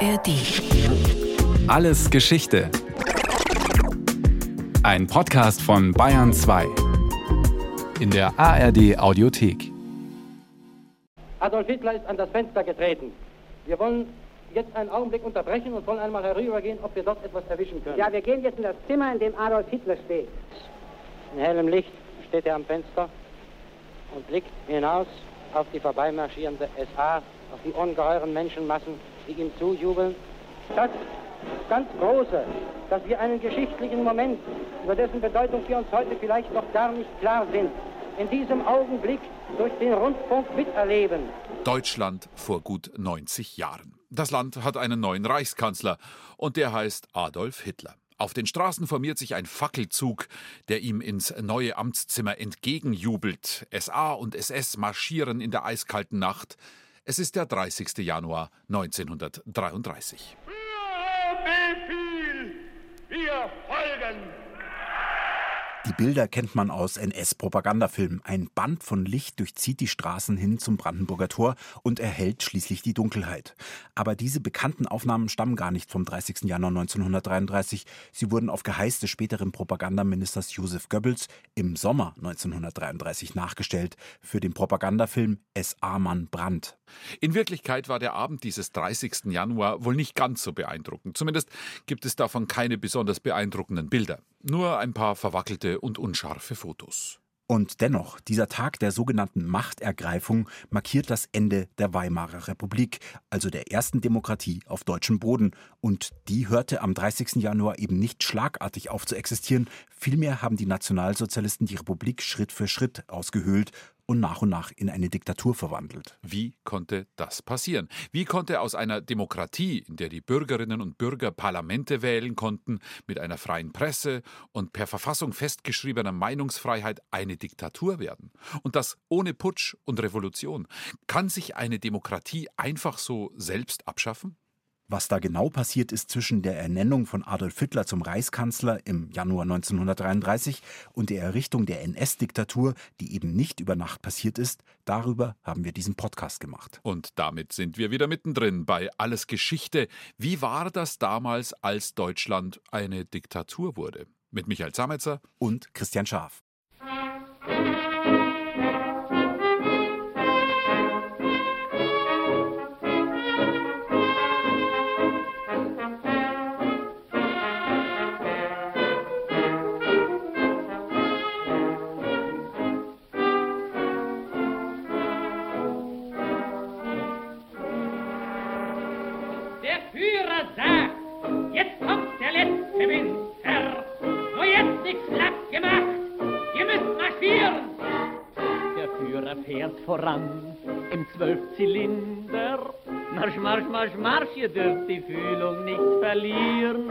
ARD. Alles Geschichte. Ein Podcast von Bayern 2. In der ARD Audiothek. Adolf Hitler ist an das Fenster getreten. Wir wollen jetzt einen Augenblick unterbrechen und wollen einmal herübergehen, ob wir dort etwas erwischen können. Ja, wir gehen jetzt in das Zimmer, in dem Adolf Hitler steht. In hellem Licht steht er am Fenster und blickt hinaus auf die vorbeimarschierende SA, auf die ungeheuren Menschenmassen, die ihm zujubeln. Das ganz Große, dass wir einen geschichtlichen Moment, über dessen Bedeutung wir uns heute vielleicht noch gar nicht klar sind, in diesem Augenblick durch den Rundfunk miterleben. Deutschland vor gut 90 Jahren. Das Land hat einen neuen Reichskanzler und der heißt Adolf Hitler. Auf den Straßen formiert sich ein Fackelzug, der ihm ins neue Amtszimmer entgegenjubelt. SA und SS marschieren in der eiskalten Nacht. Es ist der 30. Januar 1933. Befehl! Wir folgen! Die Bilder kennt man aus NS-Propagandafilmen. Ein Band von Licht durchzieht die Straßen hin zum Brandenburger Tor und erhellt schließlich die Dunkelheit. Aber diese bekannten Aufnahmen stammen gar nicht vom 30. Januar 1933. Sie wurden auf Geheiß des späteren Propagandaministers Joseph Goebbels im Sommer 1933 nachgestellt für den Propagandafilm SA-Mann Brandt. In Wirklichkeit war der Abend dieses 30. Januar wohl nicht ganz so beeindruckend. Zumindest gibt es davon keine besonders beeindruckenden Bilder. Nur ein paar verwackelte und unscharfe Fotos. Und dennoch, dieser Tag der sogenannten Machtergreifung markiert das Ende der Weimarer Republik, also der ersten Demokratie auf deutschem Boden. Und die hörte am 30. Januar eben nicht schlagartig auf zu existieren. Vielmehr haben die Nationalsozialisten die Republik Schritt für Schritt ausgehöhlt und nach in eine Diktatur verwandelt. Wie konnte das passieren? Wie konnte aus einer Demokratie, in der die Bürgerinnen und Bürger Parlamente wählen konnten, mit einer freien Presse und per Verfassung festgeschriebener Meinungsfreiheit eine Diktatur werden? Und das ohne Putsch und Revolution. Kann sich eine Demokratie einfach so selbst abschaffen? Was da genau passiert ist zwischen der Ernennung von Adolf Hitler zum Reichskanzler im Januar 1933 und der Errichtung der NS-Diktatur, die eben nicht über Nacht passiert ist, darüber haben wir diesen Podcast gemacht. Und damit sind wir wieder mittendrin bei Alles Geschichte. Wie war das damals, als Deutschland eine Diktatur wurde? Mit Michael Zametzer und Christian Scharf. Voran im 12-Zylinder. Marsch, Marsch, Marsch, Marsch, ihr dürft die Fühlung nicht verlieren.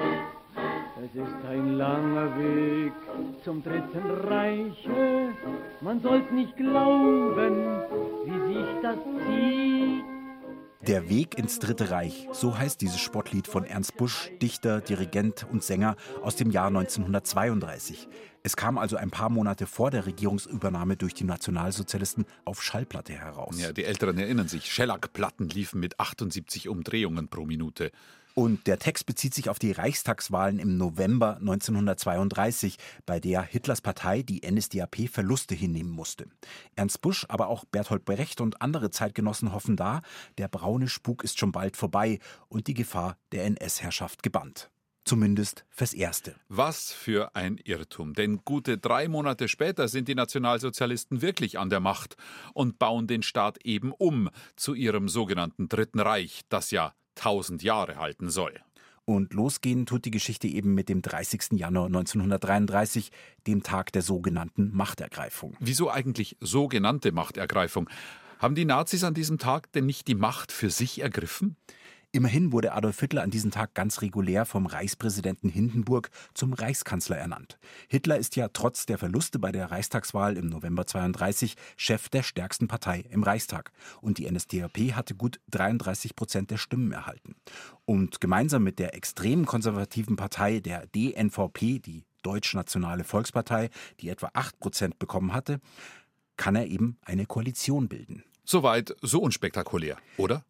Es ist ein langer Weg zum Dritten Reiche. Man soll's nicht glauben, wie sich das zieht. Der Weg ins Dritte Reich, so heißt dieses Spottlied von Ernst Busch, Dichter, Dirigent und Sänger aus dem Jahr 1932. Es kam also ein paar Monate vor der Regierungsübernahme durch die Nationalsozialisten auf Schallplatte heraus. Ja, die Älteren erinnern sich, Shellac-Platten liefen mit 78 Umdrehungen pro Minute. Und der Text bezieht sich auf die Reichstagswahlen im November 1932, bei der Hitlers Partei, die NSDAP, Verluste hinnehmen musste. Ernst Busch, aber auch Bertolt Brecht und andere Zeitgenossen hoffen da, der braune Spuk ist schon bald vorbei und die Gefahr der NS-Herrschaft gebannt. Zumindest fürs Erste. Was für ein Irrtum, denn gute 3 Monate später sind die Nationalsozialisten wirklich an der Macht und bauen den Staat eben um zu ihrem sogenannten Dritten Reich, das ja 1000 Jahre halten soll. Und losgehen tut die Geschichte eben mit dem 30. Januar 1933, dem Tag der sogenannten Machtergreifung. Wieso eigentlich sogenannte Machtergreifung? Haben die Nazis an diesem Tag denn nicht die Macht für sich ergriffen? Immerhin wurde Adolf Hitler an diesem Tag ganz regulär vom Reichspräsidenten Hindenburg zum Reichskanzler ernannt. Hitler ist ja trotz der Verluste bei der Reichstagswahl im November 1932 Chef der stärksten Partei im Reichstag. Und die NSDAP hatte gut 33% der Stimmen erhalten. Und gemeinsam mit der extrem konservativen Partei der DNVP, die Deutsch-Nationale Volkspartei, die etwa 8% bekommen hatte, kann er eben eine Koalition bilden. Soweit so unspektakulär, oder?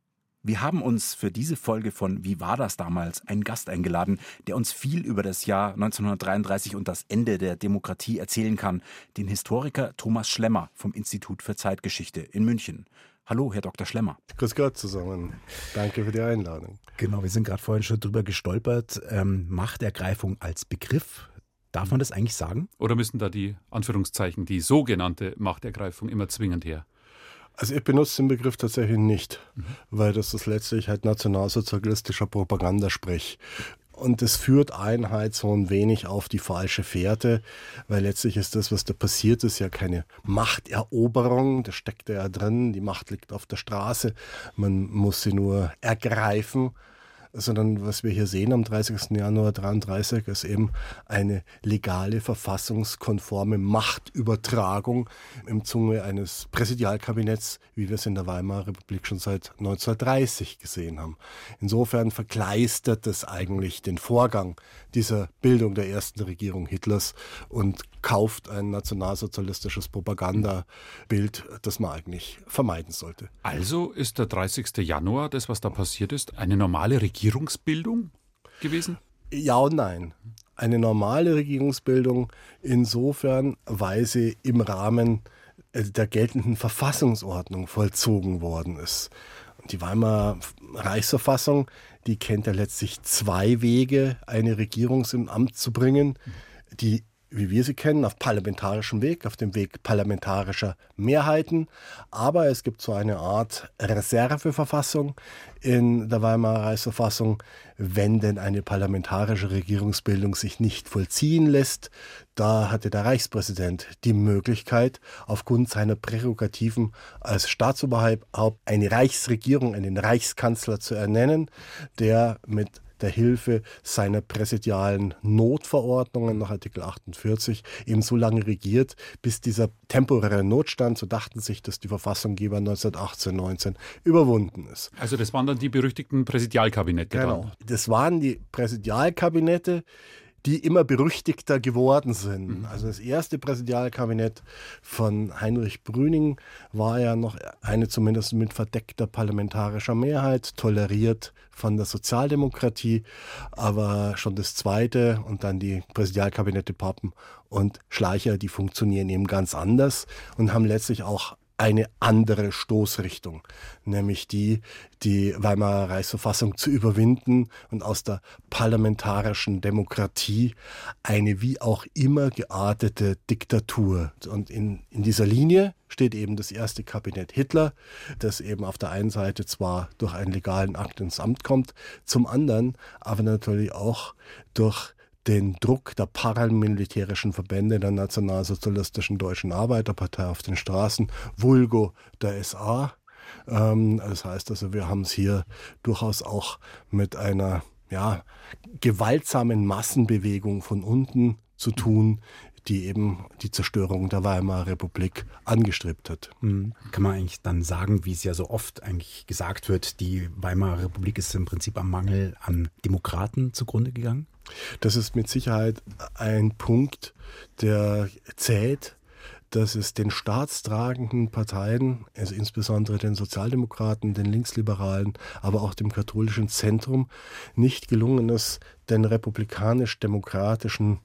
Wir haben uns für diese Folge von Wie war das damals einen Gast eingeladen, der uns viel über das Jahr 1933 und das Ende der Demokratie erzählen kann, den Historiker Thomas Schlemmer vom Institut für Zeitgeschichte in München. Hallo, Herr Dr. Schlemmer. Grüß Gott zusammen. Danke für die Einladung. Genau, wir sind gerade vorhin schon drüber gestolpert. Machtergreifung als Begriff. Darf man das eigentlich sagen? Oder müssen da die Anführungszeichen, die sogenannte Machtergreifung immer zwingend her? Also ich benutze den Begriff tatsächlich nicht, weil das ist letztlich halt nationalsozialistischer Propagandasprech. Und es führt Einheit so ein wenig auf die falsche Fährte, weil letztlich ist das, was da passiert ist, ja keine Machteroberung, das steckt ja drin, die Macht liegt auf der Straße, man muss sie nur ergreifen. Sondern was wir hier sehen am 30. Januar 1933 ist eben eine legale, verfassungskonforme Machtübertragung im Zuge eines Präsidialkabinetts, wie wir es in der Weimarer Republik schon seit 1930 gesehen haben. Insofern verkleistert es eigentlich den Vorgang dieser Bildung der ersten Regierung Hitlers und kauft ein nationalsozialistisches Propagandabild, das man eigentlich vermeiden sollte. Also ist der 30. Januar, das, was da passiert ist, eine normale Regierungsbildung gewesen? Ja und nein. Eine normale Regierungsbildung insofern, weil sie im Rahmen der geltenden Verfassungsordnung vollzogen worden ist. Und die Weimarer Reichsverfassung, die kennt ja letztlich zwei Wege, eine Regierung in Amt zu bringen, die, wie wir sie kennen, auf parlamentarischem Weg, auf dem Weg parlamentarischer Mehrheiten. Aber es gibt so eine Art Reserveverfassung in der Weimarer Reichsverfassung, wenn denn eine parlamentarische Regierungsbildung sich nicht vollziehen lässt. Da hatte der Reichspräsident die Möglichkeit, aufgrund seiner Prärogativen als Staatsoberhaupt eine Reichsregierung, einen Reichskanzler zu ernennen, der mit der Hilfe seiner präsidialen Notverordnungen nach Artikel 48 eben so lange regiert, bis dieser temporäre Notstand, so dachten sich das die Verfassunggeber 1918/19, überwunden ist. Also das waren dann die berüchtigten Präsidialkabinette. Genau, dann. das waren die Präsidialkabinette, die immer berüchtigter geworden sind. Also das erste Präsidialkabinett von Heinrich Brüning war ja noch eine zumindest mit verdeckter parlamentarischer Mehrheit, toleriert von der Sozialdemokratie, aber schon das zweite und dann die Präsidialkabinette Papen und Schleicher, die funktionieren eben ganz anders und haben letztlich auch eine andere Stoßrichtung, nämlich die Weimarer Reichsverfassung zu überwinden und aus der parlamentarischen Demokratie eine wie auch immer geartete Diktatur. Und in dieser Linie steht eben das erste Kabinett Hitler, das eben auf der einen Seite zwar durch einen legalen Akt ins Amt kommt, zum anderen aber natürlich auch durch den Druck der paramilitärischen Verbände der nationalsozialistischen Deutschen Arbeiterpartei auf den Straßen, vulgo der SA. Das heißt also, wir haben es hier durchaus auch mit einer gewaltsamen Massenbewegung von unten zu tun, die eben die Zerstörung der Weimarer Republik angestrebt hat. Kann man eigentlich dann sagen, wie es ja so oft eigentlich gesagt wird, die Weimarer Republik ist im Prinzip am Mangel an Demokraten zugrunde gegangen? Das ist mit Sicherheit ein Punkt, der zählt, dass es den staatstragenden Parteien, also insbesondere den Sozialdemokraten, den Linksliberalen, aber auch dem katholischen Zentrum, nicht gelungen ist, den republikanisch-demokratischen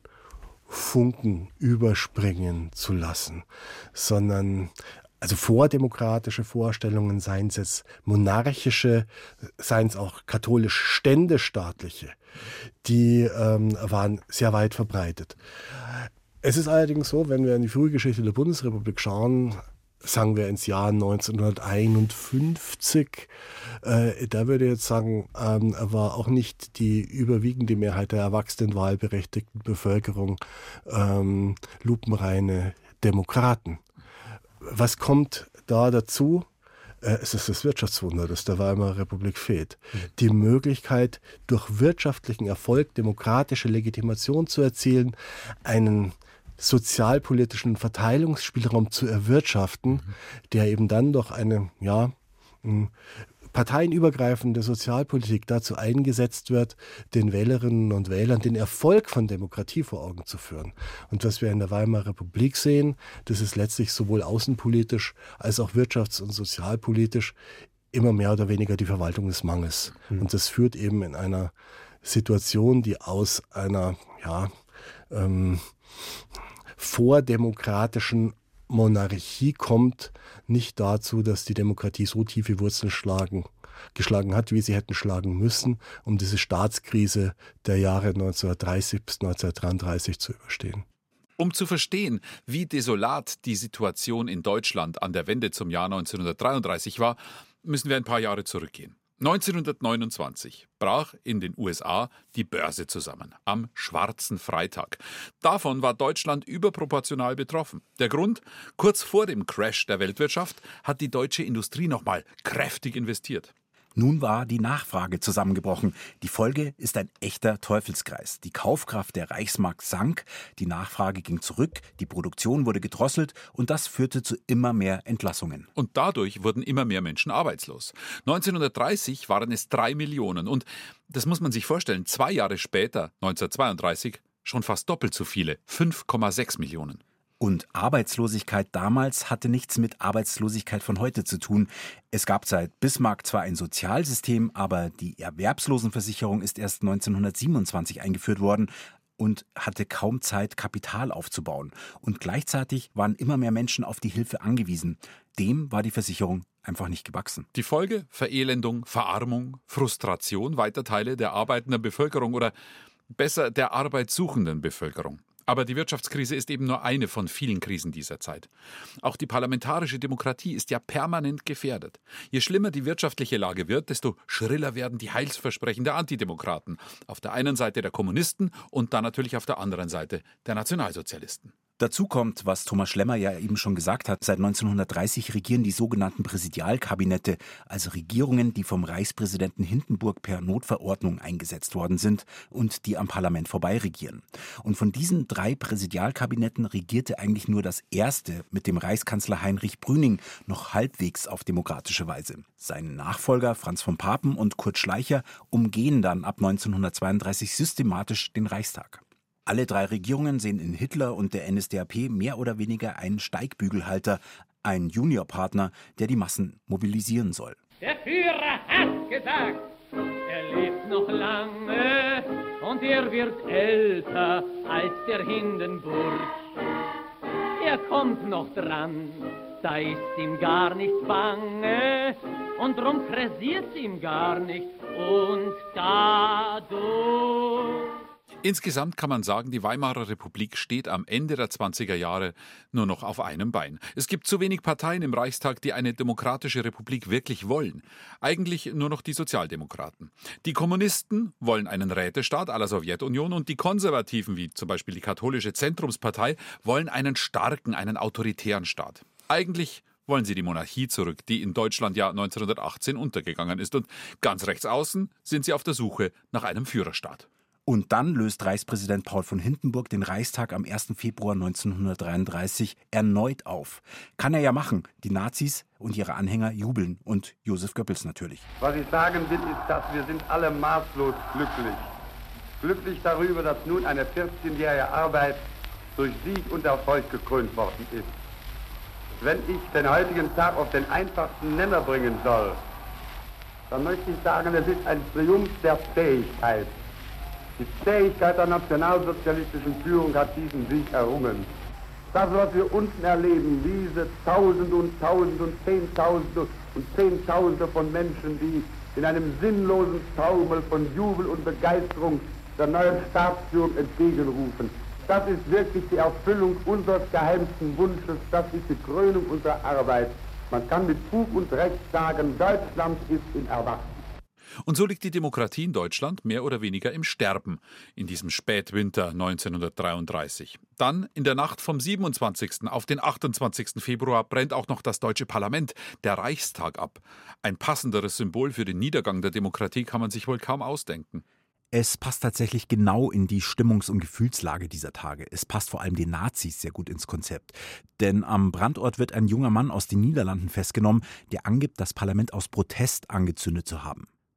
Funken überspringen zu lassen, sondern also vordemokratische Vorstellungen, seien es jetzt monarchische, seien es auch katholisch-ständestaatliche, die waren sehr weit verbreitet. Es ist allerdings so, wenn wir in die Frühgeschichte der Bundesrepublik schauen, sagen wir ins Jahr 1951, da würde ich jetzt sagen, war auch nicht die überwiegende Mehrheit der erwachsenen wahlberechtigten Bevölkerung lupenreine Demokraten. Was kommt da dazu? Es ist das Wirtschaftswunder, das der Weimarer Republik fehlt. Die Möglichkeit, durch wirtschaftlichen Erfolg demokratische Legitimation zu erzielen, einen sozialpolitischen Verteilungsspielraum zu erwirtschaften, der eben dann durch eine parteienübergreifende Sozialpolitik dazu eingesetzt wird, den Wählerinnen und Wählern den Erfolg von Demokratie vor Augen zu führen. Und was wir in der Weimarer Republik sehen, das ist letztlich sowohl außenpolitisch als auch wirtschafts- und sozialpolitisch immer mehr oder weniger die Verwaltung des Mangels. Und das führt eben in einer Situation, die aus einer vordemokratischen Monarchie kommt, nicht dazu, dass die Demokratie so tiefe Wurzeln geschlagen hat, wie sie hätten schlagen müssen, um diese Staatskrise der Jahre 1930 bis 1933 zu überstehen. Um zu verstehen, wie desolat die Situation in Deutschland an der Wende zum Jahr 1933 war, müssen wir ein paar Jahre zurückgehen. 1929 brach in den USA die Börse zusammen, am Schwarzen Freitag. Davon war Deutschland überproportional betroffen. Der Grund? Kurz vor dem Crash der Weltwirtschaft hat die deutsche Industrie nochmal kräftig investiert. Nun war die Nachfrage zusammengebrochen. Die Folge ist ein echter Teufelskreis. Die Kaufkraft der Reichsmark sank, die Nachfrage ging zurück, die Produktion wurde gedrosselt und das führte zu immer mehr Entlassungen. Und dadurch wurden immer mehr Menschen arbeitslos. 1930 waren es 3 Millionen und, das muss man sich vorstellen, 2 Jahre später, 1932, schon fast doppelt so viele, 5,6 Millionen. Und Arbeitslosigkeit damals hatte nichts mit Arbeitslosigkeit von heute zu tun. Es gab seit Bismarck zwar ein Sozialsystem, aber die Erwerbslosenversicherung ist erst 1927 eingeführt worden und hatte kaum Zeit, Kapital aufzubauen. Und gleichzeitig waren immer mehr Menschen auf die Hilfe angewiesen. Dem war die Versicherung einfach nicht gewachsen. Die Folge? Verelendung, Verarmung, Frustration weiter Teile der arbeitenden Bevölkerung oder besser der arbeitssuchenden Bevölkerung. Aber die Wirtschaftskrise ist eben nur eine von vielen Krisen dieser Zeit. Auch die parlamentarische Demokratie ist ja permanent gefährdet. Je schlimmer die wirtschaftliche Lage wird, desto schriller werden die Heilsversprechen der Antidemokraten. Auf der einen Seite der Kommunisten und dann natürlich auf der anderen Seite der Nationalsozialisten. Dazu kommt, was Thomas Schlemmer ja eben schon gesagt hat, seit 1930 regieren die sogenannten Präsidialkabinette, also Regierungen, die vom Reichspräsidenten Hindenburg per Notverordnung eingesetzt worden sind und die am Parlament vorbei regieren. Und von diesen 3 Präsidialkabinetten regierte eigentlich nur das erste mit dem Reichskanzler Heinrich Brüning noch halbwegs auf demokratische Weise. Seine Nachfolger Franz von Papen und Kurt Schleicher umgehen dann ab 1932 systematisch den Reichstag. Alle 3 Regierungen sehen in Hitler und der NSDAP mehr oder weniger einen Steigbügelhalter, einen Juniorpartner, der die Massen mobilisieren soll. Der Führer hat gesagt, er lebt noch lange und er wird älter als der Hindenburg. Er kommt noch dran, da ist ihm gar nicht bange und drum pressiert's ihm gar nicht und dadurch. Insgesamt kann man sagen, die Weimarer Republik steht am Ende der 20er Jahre nur noch auf einem Bein. Es gibt zu wenig Parteien im Reichstag, die eine demokratische Republik wirklich wollen. Eigentlich nur noch die Sozialdemokraten. Die Kommunisten wollen einen Rätestaat à la Sowjetunion und die Konservativen, wie zum Beispiel die katholische Zentrumspartei, wollen einen starken, einen autoritären Staat. Eigentlich wollen sie die Monarchie zurück, die in Deutschland ja 1918 untergegangen ist. Und ganz rechts außen sind sie auf der Suche nach einem Führerstaat. Und dann löst Reichspräsident Paul von Hindenburg den Reichstag am 1. Februar 1933 erneut auf. Kann er ja machen. Die Nazis und ihre Anhänger jubeln und Josef Goebbels natürlich. Was ich sagen will, ist, dass wir sind alle maßlos glücklich. Glücklich darüber, dass nun eine 14-jährige Arbeit durch Sieg und Erfolg gekrönt worden ist. Wenn ich den heutigen Tag auf den einfachsten Nenner bringen soll, dann möchte ich sagen, es ist ein Triumph der Fähigkeit. Die Fähigkeit der nationalsozialistischen Führung hat diesen Sieg errungen. Das, was wir unten erleben, diese Tausende und Tausende und Zehntausende und Zehntausende von Menschen, die in einem sinnlosen Taumel von Jubel und Begeisterung der neuen Staatsführung entgegenrufen, das ist wirklich die Erfüllung unseres geheimsten Wunsches, das ist die Krönung unserer Arbeit. Man kann mit Fug und Recht sagen, Deutschland ist in Erwachen. Und so liegt die Demokratie in Deutschland mehr oder weniger im Sterben in diesem Spätwinter 1933. Dann, in der Nacht vom 27. auf den 28. Februar, brennt auch noch das deutsche Parlament, der Reichstag, ab. Ein passenderes Symbol für den Niedergang der Demokratie kann man sich wohl kaum ausdenken. Es passt tatsächlich genau in die Stimmungs- und Gefühlslage dieser Tage. Es passt vor allem den Nazis sehr gut ins Konzept. Denn am Brandort wird ein junger Mann aus den Niederlanden festgenommen, der angibt, das Parlament aus Protest angezündet zu haben.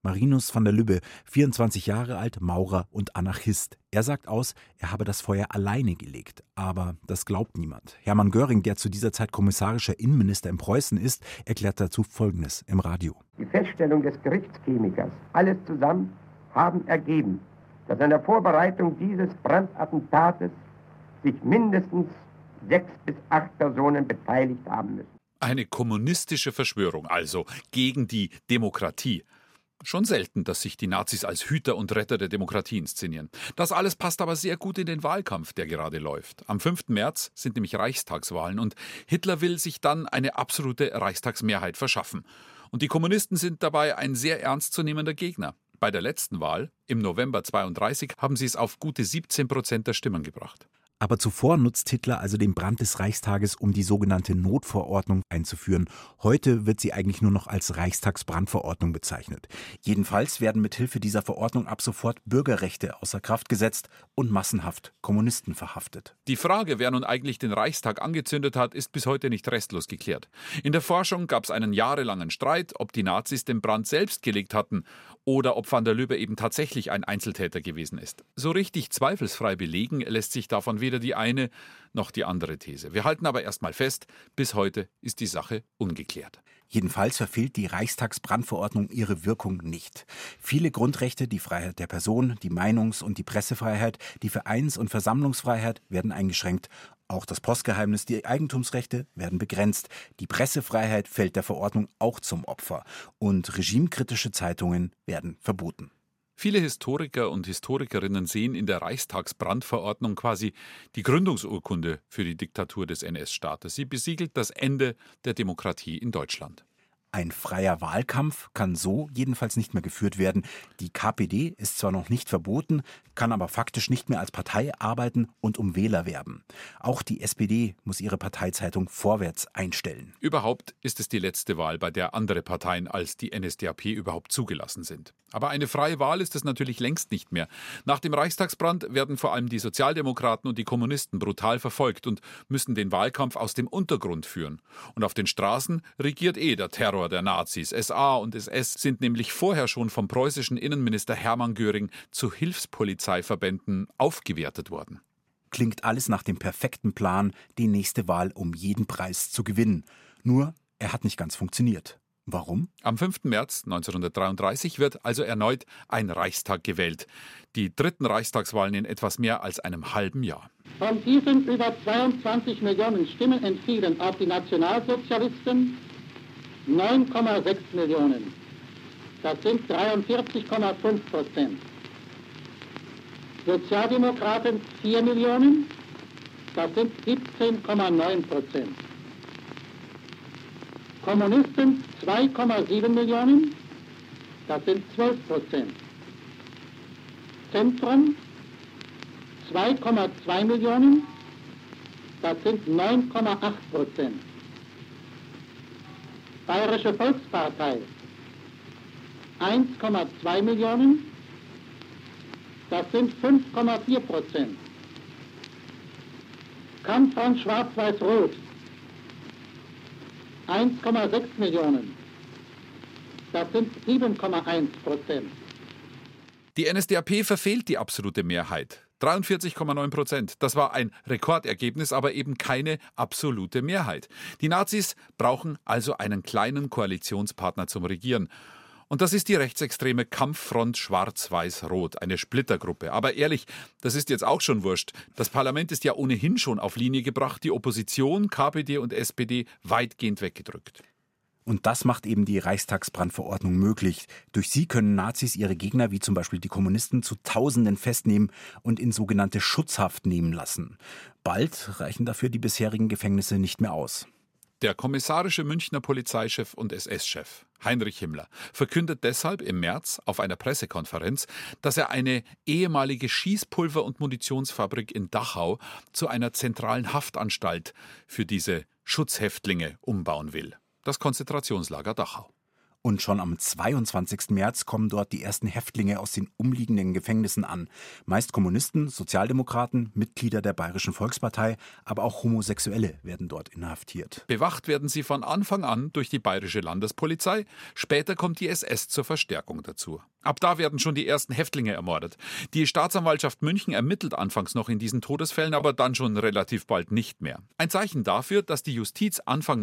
Marinus van der Lubbe, 24 Jahre alt, Maurer und Anarchist. Er sagt aus, er habe das Feuer alleine gelegt. Aber das glaubt niemand. Hermann Göring, der zu dieser Zeit kommissarischer Innenminister in Preußen ist, erklärt dazu Folgendes im Radio. Die Feststellung des Gerichtschemikers, alles zusammen, haben ergeben, dass an der Vorbereitung dieses Brandattentates sich mindestens 6 bis 8 Personen beteiligt haben müssen. Eine kommunistische Verschwörung also gegen die Demokratie. Schon selten, dass sich die Nazis als Hüter und Retter der Demokratie inszenieren. Das alles passt aber sehr gut in den Wahlkampf, der gerade läuft. Am 5. März sind nämlich Reichstagswahlen und Hitler will sich dann eine absolute Reichstagsmehrheit verschaffen. Und die Kommunisten sind dabei ein sehr ernstzunehmender Gegner. Bei der letzten Wahl, im November 1932, haben sie es auf gute 17% der Stimmen gebracht. Aber zuvor nutzt Hitler also den Brand des Reichstages, um die sogenannte Notverordnung einzuführen. Heute wird sie eigentlich nur noch als Reichstagsbrandverordnung bezeichnet. Jedenfalls werden mithilfe dieser Verordnung ab sofort Bürgerrechte außer Kraft gesetzt und massenhaft Kommunisten verhaftet. Die Frage, wer nun eigentlich den Reichstag angezündet hat, ist bis heute nicht restlos geklärt. In der Forschung gab es einen jahrelangen Streit, ob die Nazis den Brand selbst gelegt hatten oder ob van der Lubbe eben tatsächlich ein Einzeltäter gewesen ist. So richtig zweifelsfrei belegen lässt sich davon weder die eine noch die andere These. Wir halten aber erstmal fest, bis heute ist die Sache ungeklärt. Jedenfalls verfehlt die Reichstagsbrandverordnung ihre Wirkung nicht. Viele Grundrechte, die Freiheit der Person, die Meinungs- und die Pressefreiheit, die Vereins- und Versammlungsfreiheit werden eingeschränkt. Auch das Postgeheimnis, die Eigentumsrechte werden begrenzt. Die Pressefreiheit fällt der Verordnung auch zum Opfer. Und regimekritische Zeitungen werden verboten. Viele Historiker und Historikerinnen sehen in der Reichstagsbrandverordnung quasi die Gründungsurkunde für die Diktatur des NS-Staates. Sie besiegelt das Ende der Demokratie in Deutschland. Ein freier Wahlkampf kann so jedenfalls nicht mehr geführt werden. Die KPD ist zwar noch nicht verboten, kann aber faktisch nicht mehr als Partei arbeiten und um Wähler werben. Auch die SPD muss ihre Parteizeitung Vorwärts einstellen. Überhaupt ist es die letzte Wahl, bei der andere Parteien als die NSDAP überhaupt zugelassen sind. Aber eine freie Wahl ist es natürlich längst nicht mehr. Nach dem Reichstagsbrand werden vor allem die Sozialdemokraten und die Kommunisten brutal verfolgt und müssen den Wahlkampf aus dem Untergrund führen. Und auf den Straßen regiert der Terror der Nazis. SA und SS sind nämlich vorher schon vom preußischen Innenminister Hermann Göring zu Hilfspolizeiverbänden aufgewertet worden. Klingt alles nach dem perfekten Plan, die nächste Wahl um jeden Preis zu gewinnen. Nur, er hat nicht ganz funktioniert. Warum? Am 5. März 1933 wird also erneut ein Reichstag gewählt. Die dritten Reichstagswahlen in etwas mehr als einem halben Jahr. Von diesen über 22 Millionen Stimmen entfielen auf die Nationalsozialisten 9,6 Millionen. Das sind 43,5%. Sozialdemokraten 4 Millionen. Das sind 17,9%. Kommunisten 2,7 Millionen, das sind 12%. Zentrum 2,2 Millionen, das sind 9,8%. Bayerische Volkspartei 1,2 Millionen, das sind 5,4%. Kampf von Schwarz-Weiß-Rot 1,6 Millionen. Das sind 7,1%. Die NSDAP verfehlt die absolute Mehrheit. 43,9%. Das war ein Rekordergebnis, aber eben keine absolute Mehrheit. Die Nazis brauchen also einen kleinen Koalitionspartner zum Regieren. Und das ist die rechtsextreme Kampffront Schwarz-Weiß-Rot, eine Splittergruppe. Aber ehrlich, das ist jetzt auch schon wurscht. Das Parlament ist ja ohnehin schon auf Linie gebracht, die Opposition, KPD und SPD weitgehend weggedrückt. Und das macht eben die Reichstagsbrandverordnung möglich. Durch sie können Nazis ihre Gegner, wie zum Beispiel die Kommunisten, zu Tausenden festnehmen und in sogenannte Schutzhaft nehmen lassen. Bald reichen dafür die bisherigen Gefängnisse nicht mehr aus. Der kommissarische Münchner Polizeichef und SS-Chef Heinrich Himmler verkündet deshalb im März auf einer Pressekonferenz, dass er eine ehemalige Schießpulver- und Munitionsfabrik in Dachau zu einer zentralen Haftanstalt für diese Schutzhäftlinge umbauen will. Das Konzentrationslager Dachau. Und schon am 22. März kommen dort die ersten Häftlinge aus den umliegenden Gefängnissen an. Meist Kommunisten, Sozialdemokraten, Mitglieder der Bayerischen Volkspartei, aber auch Homosexuelle werden dort inhaftiert. Bewacht werden sie von Anfang an durch die Bayerische Landespolizei. Später kommt die SS zur Verstärkung dazu. Ab da werden schon die ersten Häftlinge ermordet. Die Staatsanwaltschaft München ermittelt anfangs noch in diesen Todesfällen, aber dann schon relativ bald nicht mehr. Ein Zeichen dafür, dass die Justiz Anfang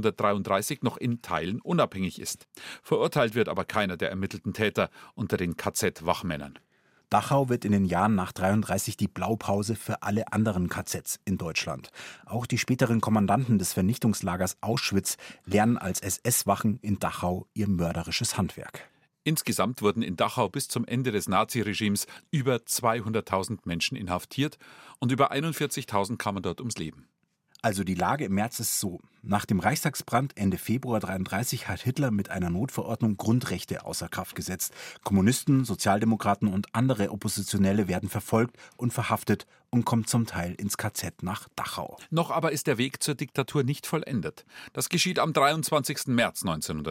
1933 noch in Teilen unabhängig ist. Verurteilt wird aber keiner der ermittelten Täter unter den KZ-Wachmännern. Dachau wird in den Jahren nach 1933 die Blaupause für alle anderen KZs in Deutschland. Auch die späteren Kommandanten des Vernichtungslagers Auschwitz lernen als SS-Wachen in Dachau ihr mörderisches Handwerk. Insgesamt wurden in Dachau bis zum Ende des Naziregimes über 200.000 Menschen inhaftiert und über 41.000 kamen dort ums Leben. Also die Lage im März ist so. Nach dem Reichstagsbrand Ende Februar 1933 hat Hitler mit einer Notverordnung Grundrechte außer Kraft gesetzt. Kommunisten, Sozialdemokraten und andere Oppositionelle werden verfolgt und verhaftet und kommen zum Teil ins KZ nach Dachau. Noch aber ist der Weg zur Diktatur nicht vollendet. Das geschieht am 23. März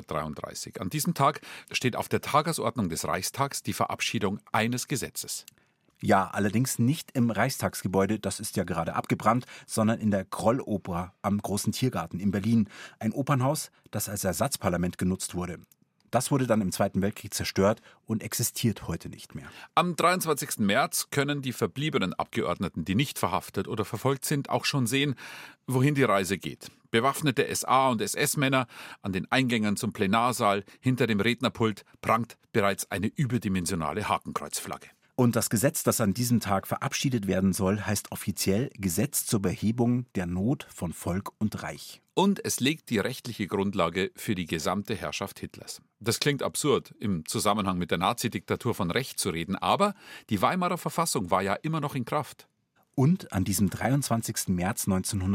1933. An diesem Tag steht auf der Tagesordnung des Reichstags die Verabschiedung eines Gesetzes. Ja, allerdings nicht im Reichstagsgebäude, das ist ja gerade abgebrannt, sondern in der Krolloper am Großen Tiergarten in Berlin. Ein Opernhaus, das als Ersatzparlament genutzt wurde. Das wurde dann im Zweiten Weltkrieg zerstört und existiert heute nicht mehr. Am 23. März können die verbliebenen Abgeordneten, die nicht verhaftet oder verfolgt sind, auch schon sehen, wohin die Reise geht. Bewaffnete SA- und SS-Männer an den Eingängen zum Plenarsaal, hinter dem Rednerpult prangt bereits eine überdimensionale Hakenkreuzflagge. Und das Gesetz, das an diesem Tag verabschiedet werden soll, heißt offiziell Gesetz zur Behebung der Not von Volk und Reich. Und es legt die rechtliche Grundlage für die gesamte Herrschaft Hitlers. Das klingt absurd, im Zusammenhang mit der Nazidiktatur von Recht zu reden, aber die Weimarer Verfassung war ja immer noch in Kraft. Und an diesem 23. März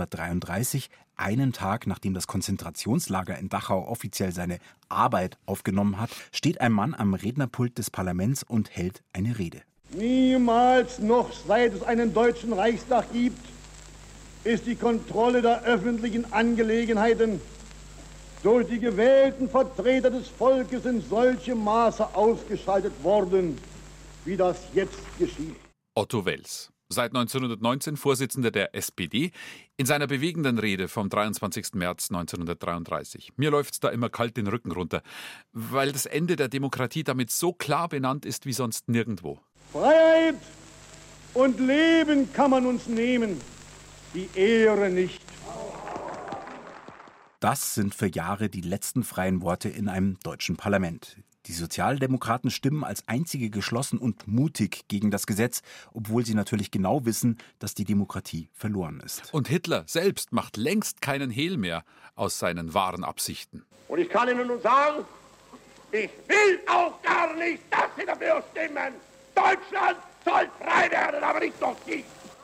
1933, einen Tag nachdem das Konzentrationslager in Dachau offiziell seine Arbeit aufgenommen hat, steht ein Mann am Rednerpult des Parlaments und hält eine Rede. Niemals noch, seit es einen deutschen Reichstag gibt, ist die Kontrolle der öffentlichen Angelegenheiten durch die gewählten Vertreter des Volkes in solchem Maße ausgeschaltet worden, wie das jetzt geschieht. Otto Wels, seit 1919 Vorsitzender der SPD, in seiner bewegenden Rede vom 23. März 1933. Mir läuft's da immer kalt den Rücken runter, weil das Ende der Demokratie damit so klar benannt ist wie sonst nirgendwo. Freiheit und Leben kann man uns nehmen, die Ehre nicht. Das sind für Jahre die letzten freien Worte in einem deutschen Parlament. Die Sozialdemokraten stimmen als einzige geschlossen und mutig gegen das Gesetz, obwohl sie natürlich genau wissen, dass die Demokratie verloren ist. Und Hitler selbst macht längst keinen Hehl mehr aus seinen wahren Absichten. Und ich kann Ihnen nun sagen, ich will auch gar nicht, dass Sie dafür stimmen. Deutschland soll frei werden, aber nicht noch Sie.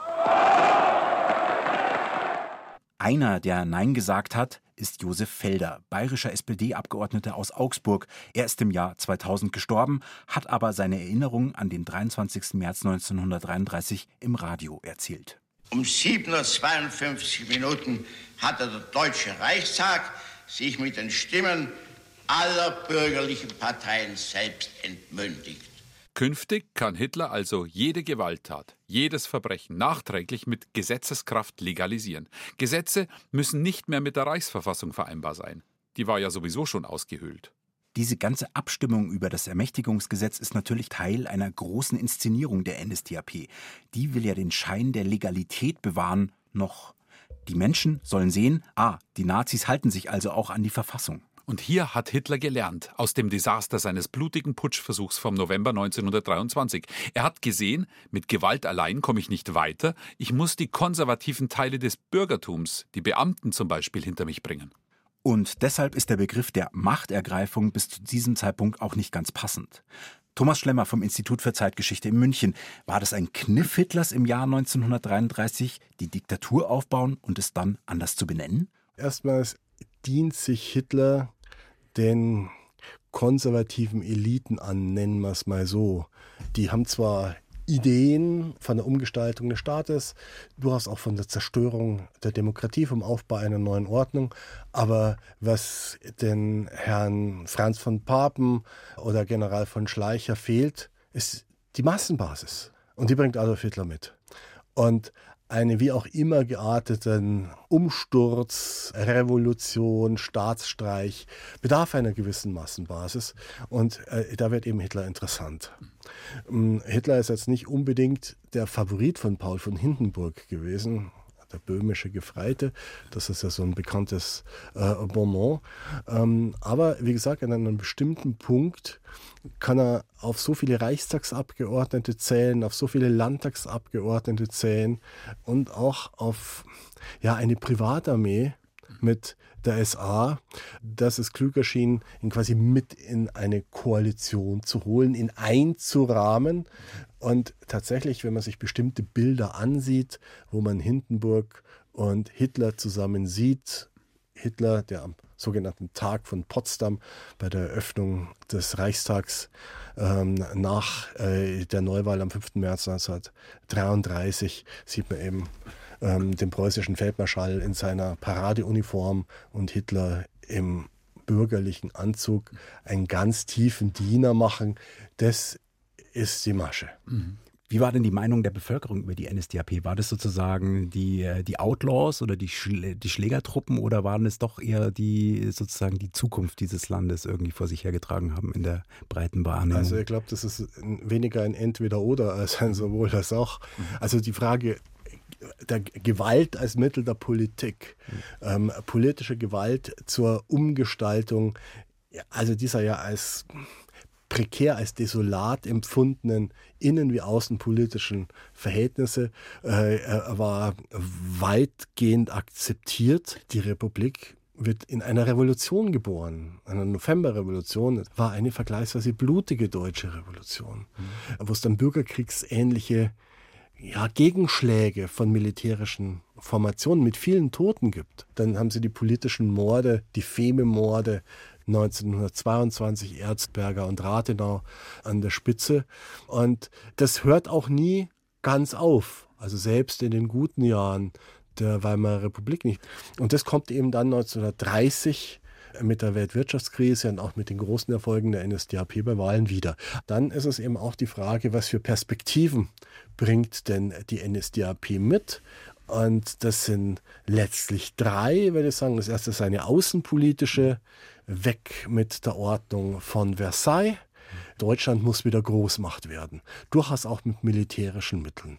Einer, der Nein gesagt hat, ist Josef Felder, bayerischer SPD-Abgeordneter aus Augsburg. Er ist im Jahr 2000 gestorben, hat aber seine Erinnerungen an den 23. März 1933 im Radio erzählt. Um 7:52 Uhr hatte der Deutsche Reichstag sich mit den Stimmen aller bürgerlichen Parteien selbst entmündigt. Künftig kann Hitler also jede Gewalttat, jedes Verbrechen nachträglich mit Gesetzeskraft legalisieren. Gesetze müssen nicht mehr mit der Reichsverfassung vereinbar sein. Die war ja sowieso schon ausgehöhlt. Diese ganze Abstimmung über das Ermächtigungsgesetz ist natürlich Teil einer großen Inszenierung der NSDAP. Die will ja den Schein der Legalität bewahren, noch. Die Menschen sollen sehen, die Nazis halten sich also auch an die Verfassung. Und hier hat Hitler gelernt, aus dem Desaster seines blutigen Putschversuchs vom November 1923. Er hat gesehen, mit Gewalt allein komme ich nicht weiter, ich muss die konservativen Teile des Bürgertums, die Beamten zum Beispiel, hinter mich bringen. Und deshalb ist der Begriff der Machtergreifung bis zu diesem Zeitpunkt auch nicht ganz passend. Thomas Schlemmer vom Institut für Zeitgeschichte in München. War das ein Kniff Hitlers im Jahr 1933, die Diktatur aufbauen und es dann anders zu benennen? Erstmals dient sich Hitler den konservativen Eliten an, nennen wir es mal so. Die haben zwar Ideen von der Umgestaltung des Staates, durchaus auch von der Zerstörung der Demokratie, vom Aufbau einer neuen Ordnung. Aber was den Herrn Franz von Papen oder General von Schleicher fehlt, ist die Massenbasis. Und die bringt Adolf Hitler mit. Und eine wie auch immer gearteten Umsturz, Revolution, Staatsstreich bedarf einer gewissen Massenbasis. Und da wird eben Hitler interessant. Hitler ist jetzt nicht unbedingt der Favorit von Paul von Hindenburg gewesen, der böhmische Gefreite. Das ist ja so ein bekanntes Bonmot. Aber wie gesagt, an einem bestimmten Punkt kann er auf so viele Reichstagsabgeordnete zählen, auf so viele Landtagsabgeordnete zählen und auch auf eine Privatarmee mit der SA, dass es klüger schien, ihn quasi mit in eine Koalition zu holen, ihn einzurahmen. Und tatsächlich, wenn man sich bestimmte Bilder ansieht, wo man Hindenburg und Hitler zusammen sieht, Hitler, der am sogenannten Tag von Potsdam bei der Eröffnung des Reichstags nach der Neuwahl am 5. März 1933 sieht man eben den preußischen Feldmarschall in seiner Paradeuniform und Hitler im bürgerlichen Anzug einen ganz tiefen Diener machen. Das ist die Masche. Wie war denn die Meinung der Bevölkerung über die NSDAP? War das sozusagen die Outlaws oder die Schlägertruppen oder waren es doch eher die Zukunft dieses Landes irgendwie vor sich hergetragen haben in der breiten Wahrnehmung? Also ich glaube, das ist weniger ein Entweder-Oder als ein sowohl als auch. Also die Frage der Gewalt als Mittel der Politik, politische Gewalt zur Umgestaltung, also dieser ja als prekär, als desolat empfundenen innen- wie außenpolitischen Verhältnisse war weitgehend akzeptiert. Die Republik wird in einer Revolution geboren, einer Novemberrevolution. Das war eine vergleichsweise blutige deutsche Revolution, wo es dann bürgerkriegsähnliche Gegenschläge von militärischen Formationen mit vielen Toten gibt. Dann haben sie die politischen Morde, die Feme-Morde 1922, Erzberger und Rathenau an der Spitze. Und das hört auch nie ganz auf. Also selbst in den guten Jahren der Weimarer Republik nicht. Und das kommt eben dann 1930 mit der Weltwirtschaftskrise und auch mit den großen Erfolgen der NSDAP bei Wahlen wieder. Dann ist es eben auch die Frage, was für Perspektiven bringt denn die NSDAP mit? Und das sind letztlich 3, würde ich sagen. Das erste ist eine außenpolitische, weg mit der Ordnung von Versailles. Deutschland muss wieder Großmacht werden, durchaus auch mit militärischen Mitteln.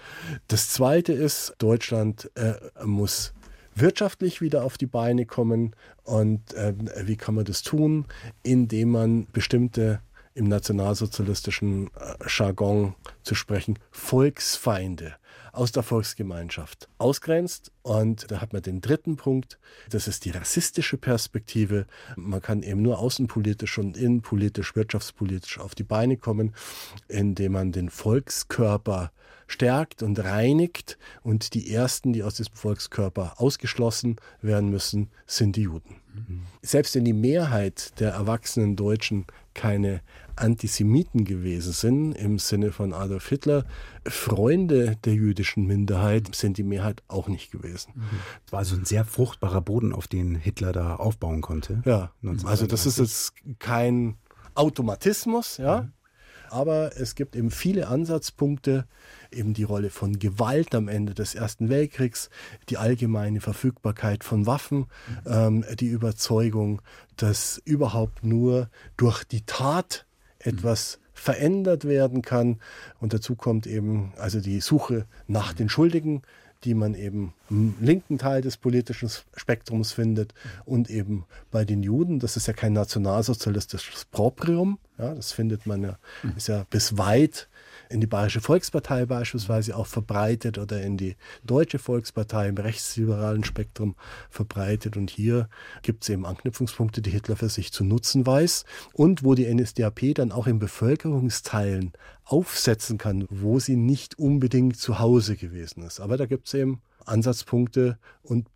Das zweite ist, Deutschland muss wirtschaftlich wieder auf die Beine kommen. Und wie kann man das tun? Indem man bestimmte, im nationalsozialistischen Jargon zu sprechen, Volksfeinde aus der Volksgemeinschaft ausgrenzt. Und da hat man den dritten Punkt, das ist die rassistische Perspektive. Man kann eben nur außenpolitisch und innenpolitisch, wirtschaftspolitisch auf die Beine kommen, indem man den Volkskörper stärkt und reinigt. Und die ersten, die aus diesem Volkskörper ausgeschlossen werden müssen, sind die Juden. Selbst wenn die Mehrheit der erwachsenen Deutschen keine Antisemiten gewesen sind, im Sinne von Adolf Hitler, Freunde der jüdischen Minderheit sind die Mehrheit auch nicht gewesen. Es war also ein sehr fruchtbarer Boden, auf den Hitler da aufbauen konnte. Ja, also das ist jetzt kein Automatismus, ja. Aber es gibt eben viele Ansatzpunkte, eben die Rolle von Gewalt am Ende des Ersten Weltkriegs, die allgemeine Verfügbarkeit von Waffen, die Überzeugung, dass überhaupt nur durch die Tat etwas verändert werden kann. Und dazu kommt eben also die Suche nach den Schuldigen, die man eben im linken Teil des politischen Spektrums findet und eben bei den Juden. Das ist ja kein nationalsozialistisches Proprium. Ja, das findet man ja, ist ja bis weit in die Bayerische Volkspartei beispielsweise auch verbreitet oder in die Deutsche Volkspartei im rechtsliberalen Spektrum verbreitet. Und hier gibt es eben Anknüpfungspunkte, die Hitler für sich zu nutzen weiß und wo die NSDAP dann auch in Bevölkerungsteilen aufsetzen kann, wo sie nicht unbedingt zu Hause gewesen ist. Aber da gibt es eben Ansatzpunkte und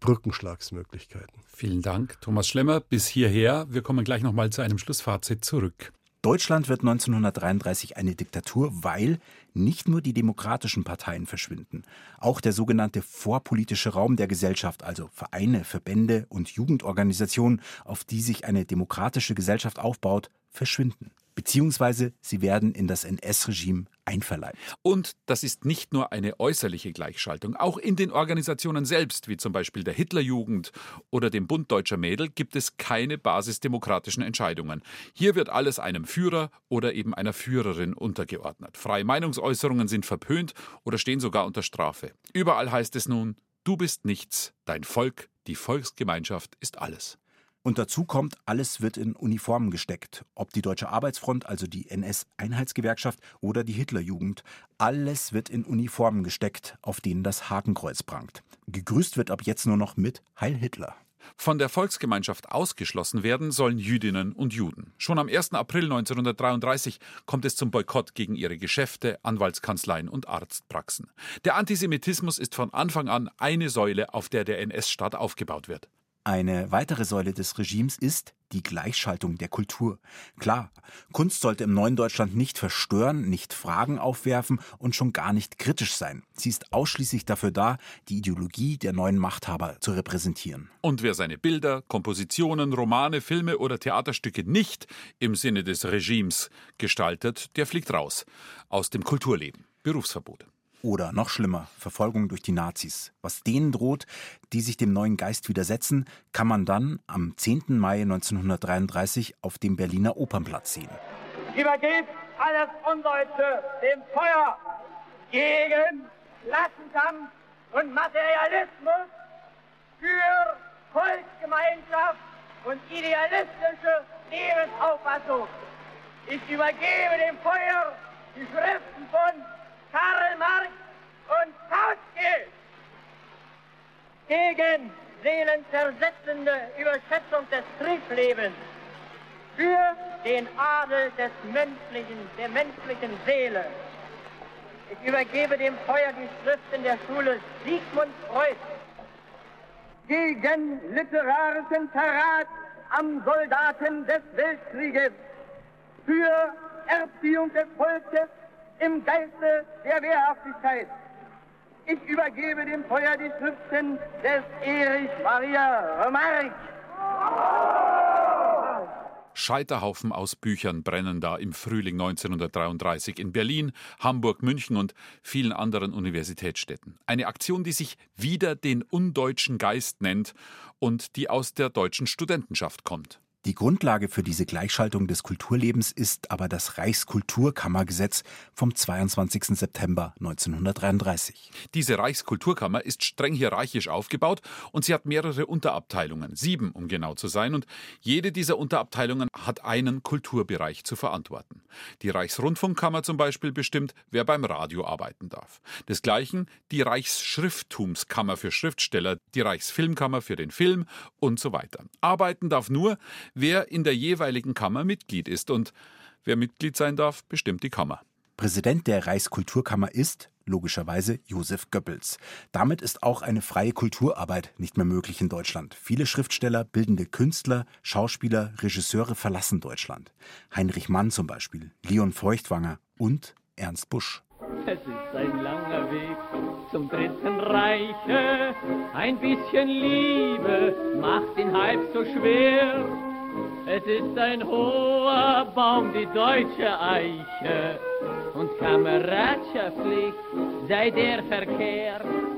Brückenschlagsmöglichkeiten. Vielen Dank, Thomas Schlemmer. Bis hierher. Wir kommen gleich nochmal zu einem Schlussfazit zurück. Deutschland wird 1933 eine Diktatur, weil nicht nur die demokratischen Parteien verschwinden. Auch der sogenannte vorpolitische Raum der Gesellschaft, also Vereine, Verbände und Jugendorganisationen, auf die sich eine demokratische Gesellschaft aufbaut, verschwinden. Beziehungsweise sie werden in das NS-Regime einverleibt. Und das ist nicht nur eine äußerliche Gleichschaltung. Auch in den Organisationen selbst, wie zum Beispiel der Hitlerjugend oder dem Bund Deutscher Mädel, gibt es keine basisdemokratischen Entscheidungen. Hier wird alles einem Führer oder eben einer Führerin untergeordnet. Freie Meinungsäußerungen sind verpönt oder stehen sogar unter Strafe. Überall heißt es nun, du bist nichts, dein Volk, die Volksgemeinschaft ist alles. Und dazu kommt, alles wird in Uniformen gesteckt. Ob die Deutsche Arbeitsfront, also die NS-Einheitsgewerkschaft oder die Hitlerjugend. Alles wird in Uniformen gesteckt, auf denen das Hakenkreuz prangt. Gegrüßt wird ab jetzt nur noch mit Heil Hitler. Von der Volksgemeinschaft ausgeschlossen werden sollen Jüdinnen und Juden. Schon am 1. April 1933 kommt es zum Boykott gegen ihre Geschäfte, Anwaltskanzleien und Arztpraxen. Der Antisemitismus ist von Anfang an eine Säule, auf der der NS-Staat aufgebaut wird. Eine weitere Säule des Regimes ist die Gleichschaltung der Kultur. Klar, Kunst sollte im neuen Deutschland nicht verstören, nicht Fragen aufwerfen und schon gar nicht kritisch sein. Sie ist ausschließlich dafür da, die Ideologie der neuen Machthaber zu repräsentieren. Und wer seine Bilder, Kompositionen, Romane, Filme oder Theaterstücke nicht im Sinne des Regimes gestaltet, der fliegt raus aus dem Kulturleben. Berufsverbot. Oder noch schlimmer, Verfolgung durch die Nazis. Was denen droht, die sich dem neuen Geist widersetzen, kann man dann am 10. Mai 1933 auf dem Berliner Opernplatz sehen. Übergebt alles Undeutsche dem Feuer gegen Klassenkampf und Materialismus für Volksgemeinschaft und idealistische Lebensauffassung. Ich übergebe dem Feuer die Schriften von Karl Marx und Kautsky gegen seelenzersetzende Überschätzung des Kriegslebens, für den Adel der menschlichen Seele. Ich übergebe dem Feuer die Schriften der Schule Sigmund Freud gegen literarischen Verrat am Soldaten des Weltkrieges, für Erziehung des Volkes im Geiste der Wehrhaftigkeit. Ich übergebe dem Feuer die Schriften des Erich Maria Remarque. Scheiterhaufen aus Büchern brennen da im Frühling 1933 in Berlin, Hamburg, München und vielen anderen Universitätsstädten. Eine Aktion, die sich wieder den undeutschen Geist nennt und die aus der deutschen Studentenschaft kommt. Die Grundlage für diese Gleichschaltung des Kulturlebens ist aber das Reichskulturkammergesetz vom 22. September 1933. Diese Reichskulturkammer ist streng hierarchisch aufgebaut und sie hat mehrere Unterabteilungen, 7 um genau zu sein, und jede dieser Unterabteilungen hat einen Kulturbereich zu verantworten. Die Reichsrundfunkkammer zum Beispiel bestimmt, wer beim Radio arbeiten darf. Desgleichen die Reichsschrifttumskammer für Schriftsteller, die Reichsfilmkammer für den Film und so weiter. Arbeiten darf nur, wer in der jeweiligen Kammer Mitglied ist, und wer Mitglied sein darf, bestimmt die Kammer. Präsident der Reichskulturkammer ist, logischerweise, Josef Goebbels. Damit ist auch eine freie Kulturarbeit nicht mehr möglich in Deutschland. Viele Schriftsteller, bildende Künstler, Schauspieler, Regisseure verlassen Deutschland. Heinrich Mann zum Beispiel, Leon Feuchtwanger und Ernst Busch. Es ist ein langer Weg zum Dritten Reiche. Ein bisschen Liebe macht ihn halb so schwer. Es ist ein hoher Baum, die deutsche Eiche, und kameradschaftlich sei der Verkehr.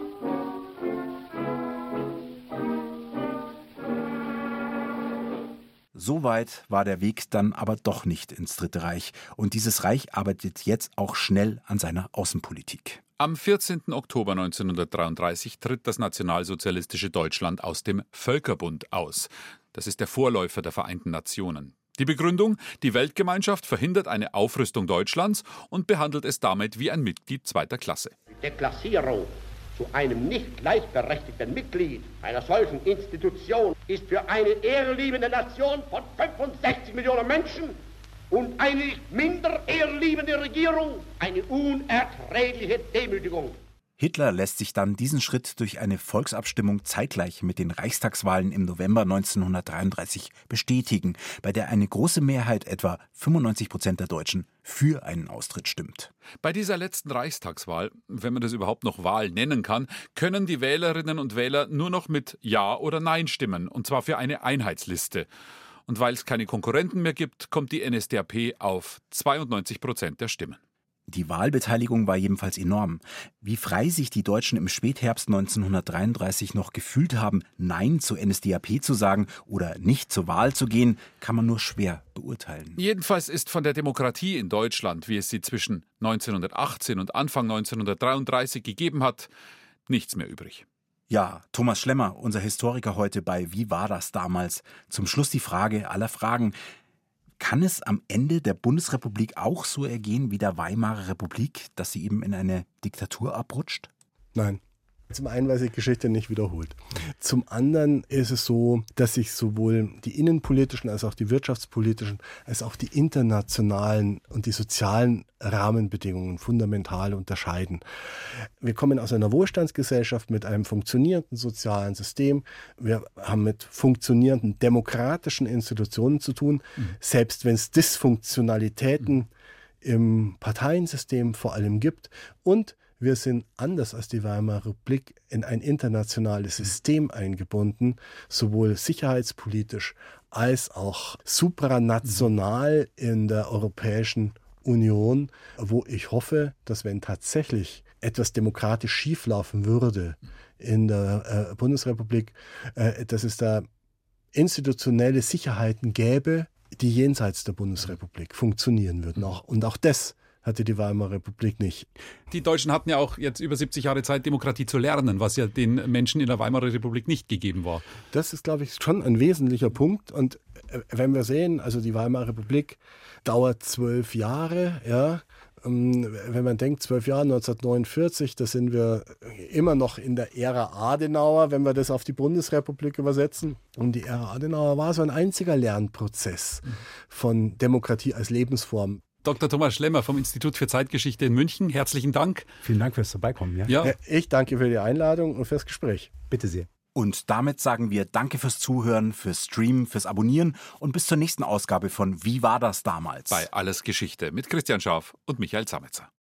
So weit war der Weg dann aber doch nicht ins Dritte Reich. Und dieses Reich arbeitet jetzt auch schnell an seiner Außenpolitik. Am 14. Oktober 1933 tritt das nationalsozialistische Deutschland aus dem Völkerbund aus. Das ist der Vorläufer der Vereinten Nationen. Die Begründung: Die Weltgemeinschaft verhindert eine Aufrüstung Deutschlands und behandelt es damit wie ein Mitglied zweiter Klasse. Die Deklassierung zu einem nicht gleichberechtigten Mitglied einer solchen Institution ist für eine ehrliebende Nation von 65 Millionen Menschen und eine nicht minder ehrliebende Regierung eine unerträgliche Demütigung. Hitler lässt sich dann diesen Schritt durch eine Volksabstimmung zeitgleich mit den Reichstagswahlen im November 1933 bestätigen, bei der eine große Mehrheit, etwa 95% der Deutschen, für einen Austritt stimmt. Bei dieser letzten Reichstagswahl, wenn man das überhaupt noch Wahl nennen kann, können die Wählerinnen und Wähler nur noch mit Ja oder Nein stimmen, und zwar für eine Einheitsliste. Und weil es keine Konkurrenten mehr gibt, kommt die NSDAP auf 92% der Stimmen. Die Wahlbeteiligung war jedenfalls enorm. Wie frei sich die Deutschen im Spätherbst 1933 noch gefühlt haben, Nein zur NSDAP zu sagen oder nicht zur Wahl zu gehen, kann man nur schwer beurteilen. Jedenfalls ist von der Demokratie in Deutschland, wie es sie zwischen 1918 und Anfang 1933 gegeben hat, nichts mehr übrig. Ja, Thomas Schlemmer, unser Historiker heute bei Wie war das damals? Zum Schluss die Frage aller Fragen. Kann es am Ende der Bundesrepublik auch so ergehen wie der Weimarer Republik, dass sie eben in eine Diktatur abrutscht? Nein. Zum einen, weil sich Geschichte nicht wiederholt. Zum anderen ist es so, dass sich sowohl die innenpolitischen als auch die wirtschaftspolitischen als auch die internationalen und die sozialen Rahmenbedingungen fundamental unterscheiden. Wir kommen aus einer Wohlstandsgesellschaft mit einem funktionierenden sozialen System. Wir haben mit funktionierenden demokratischen Institutionen zu tun, selbst wenn es Dysfunktionalitäten im Parteiensystem vor allem gibt. Und wir sind anders als die Weimarer Republik in ein internationales System eingebunden, sowohl sicherheitspolitisch als auch supranational in der Europäischen Union, wo ich hoffe, dass wenn tatsächlich etwas demokratisch schieflaufen würde in der Bundesrepublik, dass es da institutionelle Sicherheiten gäbe, die jenseits der Bundesrepublik funktionieren würden. Und auch das hatte die Weimarer Republik nicht. Die Deutschen hatten ja auch jetzt über 70 Jahre Zeit, Demokratie zu lernen, was ja den Menschen in der Weimarer Republik nicht gegeben war. Das ist, glaube ich, schon ein wesentlicher Punkt. Und wenn wir sehen, also die Weimarer Republik dauert 12 Jahre, ja. Wenn man denkt, 12 Jahre, 1949, da sind wir immer noch in der Ära Adenauer, wenn wir das auf die Bundesrepublik übersetzen. Und die Ära Adenauer war so ein einziger Lernprozess von Demokratie als Lebensform. Dr. Thomas Schlemmer vom Institut für Zeitgeschichte in München, herzlichen Dank. Vielen Dank fürs Vorbeikommen. Ja. Ich danke für die Einladung und fürs Gespräch. Bitte sehr. Und damit sagen wir Danke fürs Zuhören, fürs Streamen, fürs Abonnieren und bis zur nächsten Ausgabe von Wie war das damals? Bei Alles Geschichte mit Christian Schaaf und Michael Zametzer.